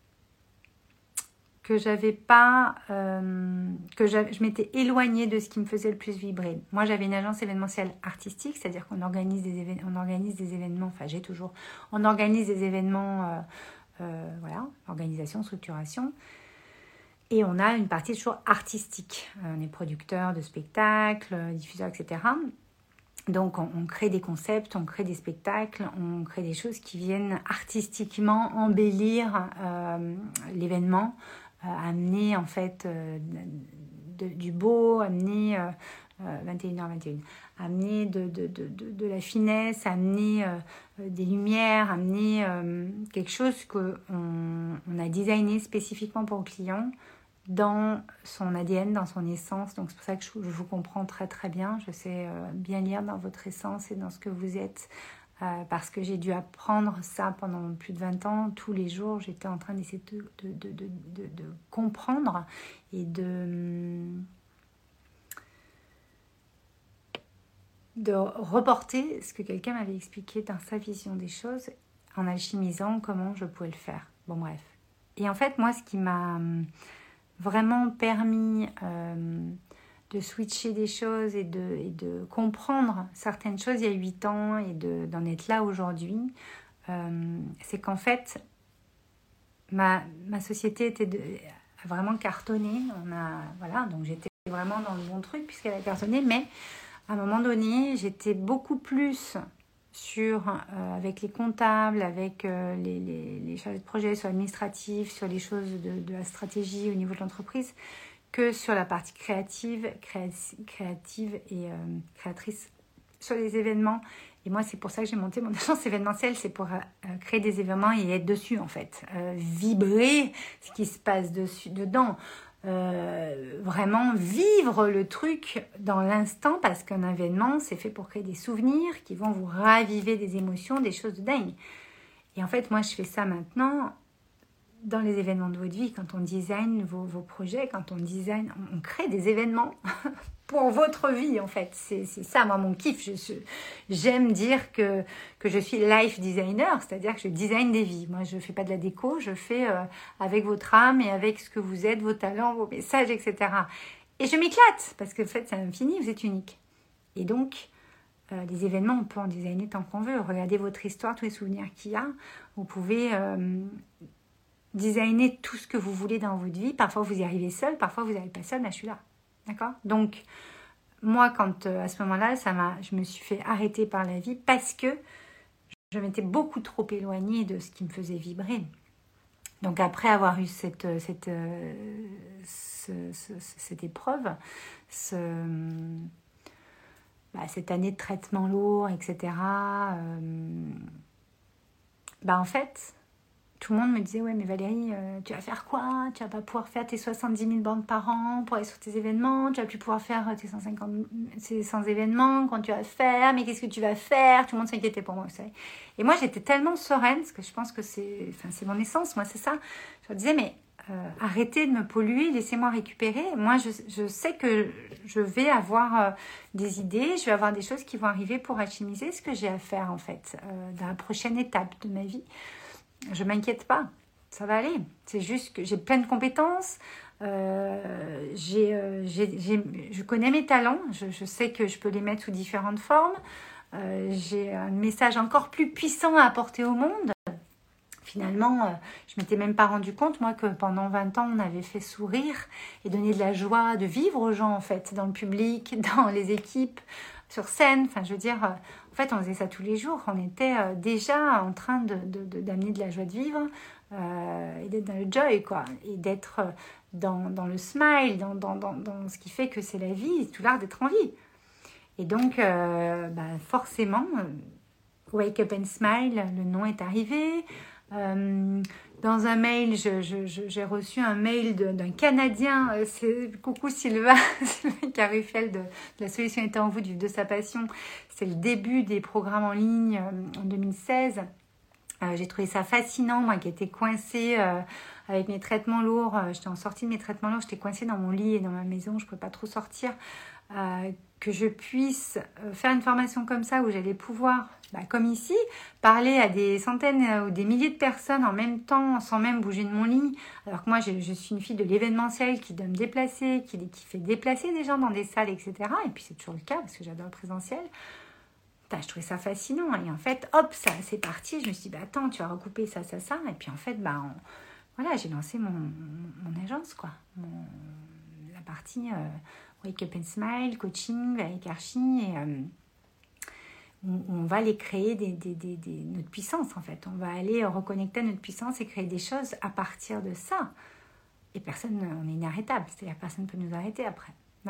que j'avais pas, euh, que j'avais, je m'étais éloignée de ce qui me faisait le plus vibrer. Moi j'avais une agence événementielle artistique, c'est-à-dire qu'on organise des événements, on organise des événements, enfin j'ai toujours, on organise des événements... Euh, Euh, voilà, organisation, structuration. Et on a une partie toujours artistique. On est producteur de spectacles, diffuseur, et cetera. Donc, on, on crée des concepts, on crée des spectacles, on crée des choses qui viennent artistiquement embellir euh, l'événement, euh, amener en fait euh, de, du beau, amener... Euh, Euh, vingt et une heures vingt et une, amener de, de, de, de, de la finesse, amener euh, des lumières, amener euh, quelque chose qu'on on a designé spécifiquement pour le client dans son A D N, dans son essence. Donc c'est pour ça que je, je vous comprends très très bien. Je sais euh, bien lire dans votre essence et dans ce que vous êtes, euh, parce que j'ai dû apprendre ça pendant plus de vingt ans. Tous les jours, j'étais en train d'essayer de, de, de, de, de, de comprendre et de... de reporter ce que quelqu'un m'avait expliqué dans sa vision des choses en alchimisant comment je pouvais le faire. Bon, bref. Et en fait, moi, ce qui m'a vraiment permis euh, de switcher des choses et de, et de comprendre certaines choses il y a huit ans et de, d'en être là aujourd'hui, euh, c'est qu'en fait, ma, ma société était de, a vraiment cartonné. On a, voilà, donc j'étais vraiment dans le bon truc puisqu'elle a cartonné, mais... À un moment donné, j'étais beaucoup plus sur, euh, avec les comptables, avec euh, les, les, les chargés de projet, sur l'administratif, sur les choses de, de la stratégie au niveau de l'entreprise, que sur la partie créative, créa- créative et euh, créatrice sur les événements. Et moi, c'est pour ça que j'ai monté mon agence événementielle, c'est pour euh, créer des événements et être dessus, en fait. Euh, vibrer ce qui se passe dessus, dedans. Euh, vraiment vivre le truc dans l'instant, parce qu'un événement, c'est fait pour créer des souvenirs qui vont vous raviver des émotions, des choses de dingue. Et en fait, moi, je fais ça maintenant dans les événements de votre vie, quand on design vos, vos projets, quand on design, on, on crée des événements pour votre vie, en fait. C'est, c'est ça, moi, mon kiff. Je, je, j'aime dire que, que je suis life designer, c'est-à-dire que je design des vies. Moi, je ne fais pas de la déco, je fais euh, avec votre âme et avec ce que vous êtes, vos talents, vos messages, et cetera. Et je m'éclate, parce que en fait, c'est infini, vous êtes unique. Et donc, euh, les événements, on peut en designer tant qu'on veut. Regardez votre histoire, tous les souvenirs qu'il y a. Vous pouvez... Euh, designer tout ce que vous voulez dans votre vie. Parfois, vous y arrivez seul, parfois, vous n'arrivez pas seul, mais je suis là. D'accord ? Donc, moi, quand euh, à ce moment-là, ça m'a, je me suis fait arrêter par la vie parce que je m'étais beaucoup trop éloignée de ce qui me faisait vibrer. Donc, après avoir eu cette, cette, euh, ce, ce, cette épreuve, ce, bah, cette année de traitement lourd, et cetera, euh, bah, en fait... Tout le monde me disait, ouais, mais Valérie, euh, tu vas faire quoi ? Tu vas pas pouvoir faire tes soixante-dix mille bornes par an pour aller sur tes événements. Tu vas plus pouvoir faire tes cent cinquante, tes cent événements. Quand tu vas faire, mais qu'est-ce que tu vas faire ? Tout le monde s'inquiétait pour moi, vous savez. Et moi, j'étais tellement sereine, parce que je pense que c'est, enfin, c'est mon essence, moi, c'est ça. Je me disais, mais euh, arrêtez de me polluer, laissez-moi récupérer. Moi, je, je sais que je vais avoir euh, des idées, je vais avoir des choses qui vont arriver pour alchimiser ce que j'ai à faire, en fait, euh, dans la prochaine étape de ma vie. Je ne m'inquiète pas, ça va aller. C'est juste que j'ai plein de compétences, euh, j'ai, euh, j'ai, j'ai, je connais mes talents, je, je sais que je peux les mettre sous différentes formes. Euh, j'ai un message encore plus puissant à apporter au monde. Finalement, euh, je ne m'étais même pas rendu compte, moi, que pendant vingt ans, on avait fait sourire et donner de la joie, de vivre aux gens, en fait, dans le public, dans les équipes, sur scène. Enfin, je veux dire... Euh, En fait, on faisait ça tous les jours. On était euh, déjà en train de, de, de, d'amener de la joie de vivre euh, et d'être dans le joy, quoi. Et d'être dans, dans le smile, dans, dans, dans, dans ce qui fait que c'est la vie, tout l'art d'être en vie. Et donc, euh, bah, forcément, euh, Wake Up and Smile, le nom est arrivé. Euh, dans un mail, je, je, je, j'ai reçu un mail de, d'un Canadien, euh, c'est, coucou Sylvain, Sylvain Carufel de, de La Solution était en vous, du vivre de sa passion. C'est le début des programmes en ligne euh, en deux mille seize. Euh, j'ai trouvé ça fascinant, moi qui étais coincée euh, avec mes traitements lourds. Euh, j'étais en sortie de mes traitements lourds, j'étais coincée dans mon lit et dans ma maison, je ne pouvais pas trop sortir. Euh, que je puisse euh, faire une formation comme ça où j'allais pouvoir, bah, comme ici, parler à des centaines euh, ou des milliers de personnes en même temps sans même bouger de mon lit. Alors que moi, je, je suis une fille de l'événementiel qui doit me déplacer, qui, qui fait déplacer des gens dans des salles, et cetera. Et puis c'est toujours le cas parce que j'adore le présentiel. Putain, je trouvais ça fascinant. Et en fait, hop, ça, c'est parti. Je me suis dit, bah, attends, tu vas recouper ça, ça, ça. Et puis en fait, bah, on, voilà, j'ai lancé mon, mon, mon agence, quoi. Mon, la partie... Euh, Wake Up and Smile, coaching avec Archie, et euh, on, on va aller créer des, des, des, des, notre puissance en fait. On va aller reconnecter notre puissance et créer des choses à partir de ça. Et personne, on est inarrêtable, c'est-à-dire personne ne peut nous arrêter après. D'accord ?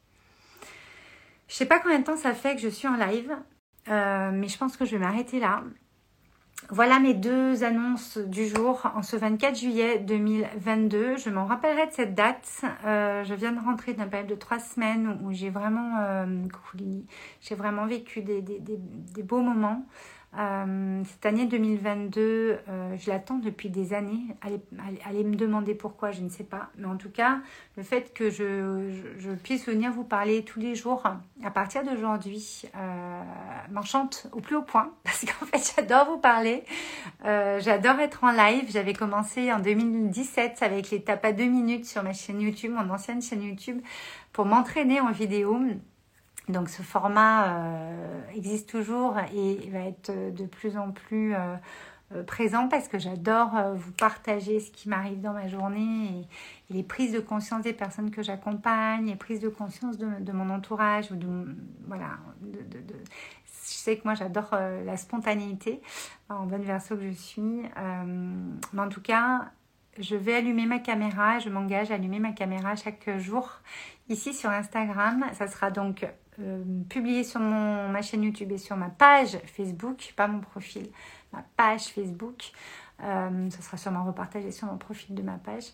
Je ne sais pas combien de temps ça fait que je suis en live, euh, mais je pense que je vais m'arrêter là. Voilà mes deux annonces du jour en ce vingt-quatre juillet deux mille vingt-deux. Je m'en rappellerai de cette date. Euh, je viens de rentrer d'une période de trois semaines où j'ai vraiment, euh, j'ai vraiment vécu des, des, des, des beaux moments. Euh, cette année deux mille vingt-deux, euh, je l'attends depuis des années. Allez, allez, allez me demander pourquoi, je ne sais pas. Mais en tout cas, le fait que je, je, je puisse venir vous parler tous les jours à partir d'aujourd'hui euh, m'enchante au plus haut point. Parce qu'en fait, j'adore vous parler. Euh, j'adore être en live. J'avais commencé en deux mille dix-sept avec les tapes à deux minutes sur ma chaîne YouTube, mon ancienne chaîne YouTube, pour m'entraîner en vidéo. Donc ce format euh, existe toujours et va être de plus en plus euh, euh, présent parce que j'adore euh, vous partager ce qui m'arrive dans ma journée et, et les prises de conscience des personnes que j'accompagne, les prises de conscience de, de mon entourage ou de voilà. De, de, de... sais que moi, j'adore euh, la spontanéité, en bonne verso que je suis. Euh, mais en tout cas, je vais allumer ma caméra. Je m'engage à allumer ma caméra chaque jour ici sur Instagram. Ça sera donc euh, publié sur mon, ma chaîne YouTube et sur ma page Facebook, pas mon profil, ma page Facebook. Euh, ça sera sûrement repartagé sur mon profil de ma page.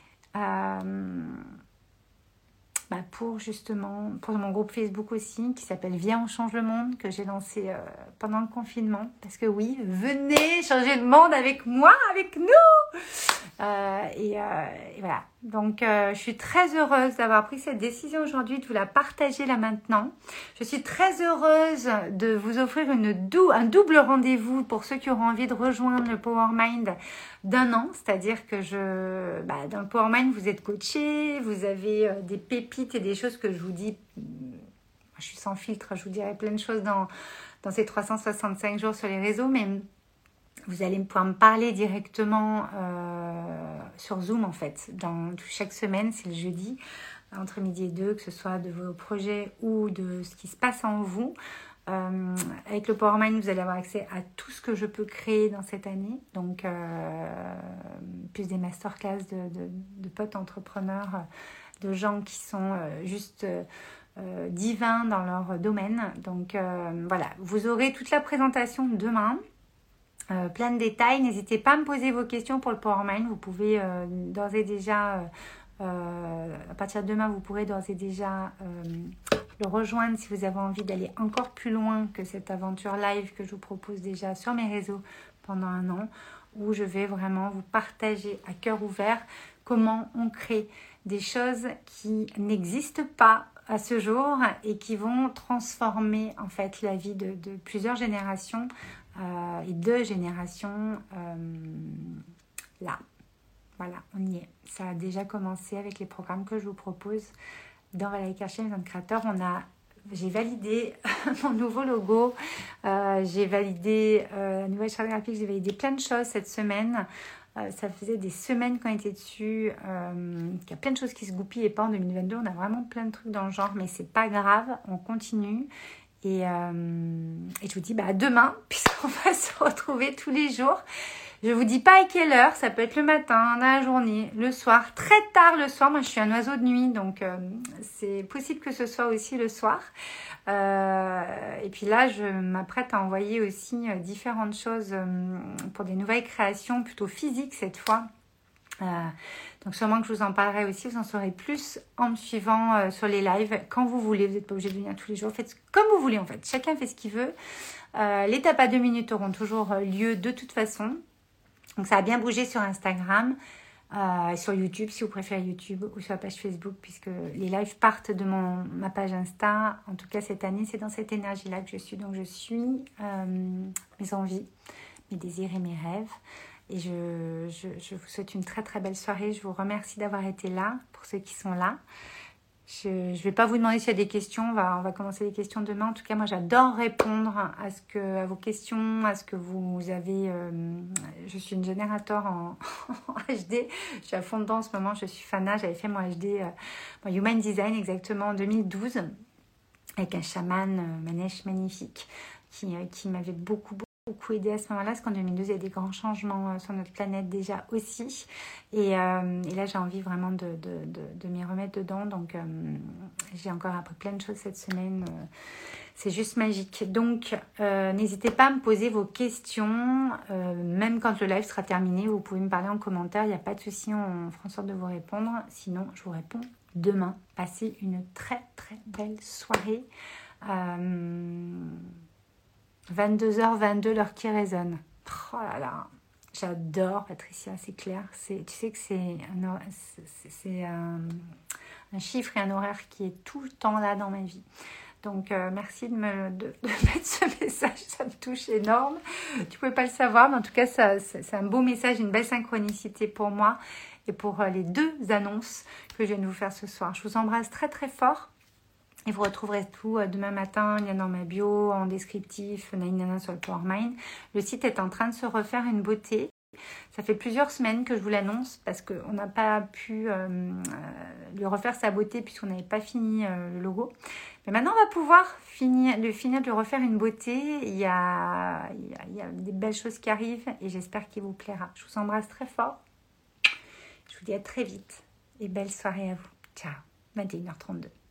Euh, bah pour justement, pour mon groupe Facebook aussi, qui s'appelle Viens on change le monde, que j'ai lancé euh, pendant le confinement. Parce que oui, venez changer le monde avec moi, avec nous euh, et, euh, et voilà. Donc, euh, je suis très heureuse d'avoir pris cette décision aujourd'hui, de vous la partager là maintenant. Je suis très heureuse de vous offrir une dou- un double rendez-vous pour ceux qui auront envie de rejoindre le Power Mind d'un an. C'est-à-dire que je, bah, dans le Power Mind, vous êtes coaché, vous avez euh, des pépites et des choses que je vous dis. Je suis sans filtre, je vous dirai plein de choses dans, dans ces trois cent soixante-cinq jours sur les réseaux, mais vous allez pouvoir me parler directement euh, sur Zoom en fait. Dans, chaque semaine, c'est le jeudi, entre midi et deux, que ce soit de vos projets ou de ce qui se passe en vous. Euh, avec le Power Mind, vous allez avoir accès à tout ce que je peux créer dans cette année. Donc, euh, plus des masterclass de, de, de potes entrepreneurs, de gens qui sont euh, juste... Euh, Euh, divins dans leur domaine. Donc euh, voilà, vous aurez toute la présentation demain, euh, plein de détails. N'hésitez pas à me poser vos questions pour le Power Mind. Vous pouvez euh, d'ores et déjà, euh, euh, à partir de demain, vous pourrez d'ores et déjà euh, le rejoindre si vous avez envie d'aller encore plus loin que cette aventure live que je vous propose déjà sur mes réseaux pendant un an, où je vais vraiment vous partager à cœur ouvert comment on crée des choses qui n'existent pas à ce jour et qui vont transformer en fait la vie de, de plusieurs générations euh, et deux générations euh, là. Voilà, on y est. Ça a déjà commencé avec les programmes que je vous propose dans Valérie Karcher, Maison de Créateur. On a, j'ai validé mon nouveau logo, euh, j'ai validé euh, la nouvelle charte graphique, j'ai validé plein de choses cette semaine. Euh, ça faisait des semaines qu'on était dessus, euh, qu'il y a plein de choses qui se goupillent et pas en deux mille vingt-deux. On a vraiment plein de trucs dans le genre, mais c'est pas grave, on continue. Et, euh, et je vous dis bah, à demain, puisqu'on va se retrouver tous les jours. Je vous dis pas à quelle heure, ça peut être le matin, dans la journée, le soir, très tard le soir. Moi, je suis un oiseau de nuit, donc euh, c'est possible que ce soit aussi le soir. Euh, et puis là, je m'apprête à envoyer aussi euh, différentes choses euh, pour des nouvelles créations, plutôt physiques cette fois. Euh, donc sûrement que je vous en parlerai aussi, vous en saurez plus en me suivant euh, sur les lives quand vous voulez. Vous n'êtes pas obligé de venir tous les jours, faites comme vous voulez en fait. Chacun fait ce qu'il veut. Euh, les tapes à deux minutes auront toujours lieu de toute façon. Donc ça a bien bougé sur Instagram, euh, sur YouTube si vous préférez YouTube, ou sur la page Facebook, puisque les lives partent de mon, ma page Insta. En tout cas cette année, c'est dans cette énergie-là que je suis. Donc je suis euh, mes envies, mes désirs et mes rêves. Et je, je, je vous souhaite une très très belle soirée. Je vous remercie d'avoir été là, pour ceux qui sont là. Je ne vais pas vous demander s'il y a des questions, on va, on va commencer les questions demain. En tout cas, moi j'adore répondre à, ce que, à vos questions, à ce que vous avez. Euh, je suis une générateur en, en H D, je suis à fond dedans en ce moment, je suis fanat. J'avais fait mon H D, euh, mon Human Design exactement en deux mille douze, avec un chaman euh, Manesh magnifique qui, euh, qui m'avait beaucoup, beaucoup. beaucoup aidé à ce moment-là, parce qu'en deux mille douze, il y a des grands changements sur notre planète déjà aussi. Et, euh, et là, j'ai envie vraiment de, de, de, de m'y remettre dedans. Donc, euh, j'ai encore appris plein de choses cette semaine. Euh, c'est juste magique. Donc, euh, n'hésitez pas à me poser vos questions. Euh, même quand le live sera terminé, vous pouvez me parler en commentaire. Il n'y a pas de souci, on fera en sorte de vous répondre. Sinon, je vous réponds demain. Passez une très, très belle soirée. Euh... vingt-deux heures vingt-deux, l'heure qui résonne. Oh là là, j'adore Patricia, c'est clair. C'est, tu sais que c'est, un, c'est, c'est un, un chiffre et un horaire qui est tout le temps là dans ma vie. Donc, euh, merci de, me, de, de mettre ce message, ça me touche énorme. Tu ne pouvais pas le savoir, mais en tout cas, ça, ça, c'est un beau message, une belle synchronicité pour moi et pour euh, les deux annonces que je viens de vous faire ce soir. Je vous embrasse très très fort. Et vous retrouverez tout euh, demain matin, il y a dans ma bio, en descriptif, nanana sur le Power Mind. Le site est en train de se refaire une beauté. Ça fait plusieurs semaines que je vous l'annonce parce qu'on n'a pas pu euh, euh, lui refaire sa beauté puisqu'on n'avait pas fini euh, le logo. Mais maintenant, on va pouvoir finir, de finir de lui refaire une beauté. Il y, a, il, y a, il y a des belles choses qui arrivent et j'espère qu'il vous plaira. Je vous embrasse très fort. Je vous dis à très vite et belle soirée à vous. Ciao, vingt et une heures trente-deux.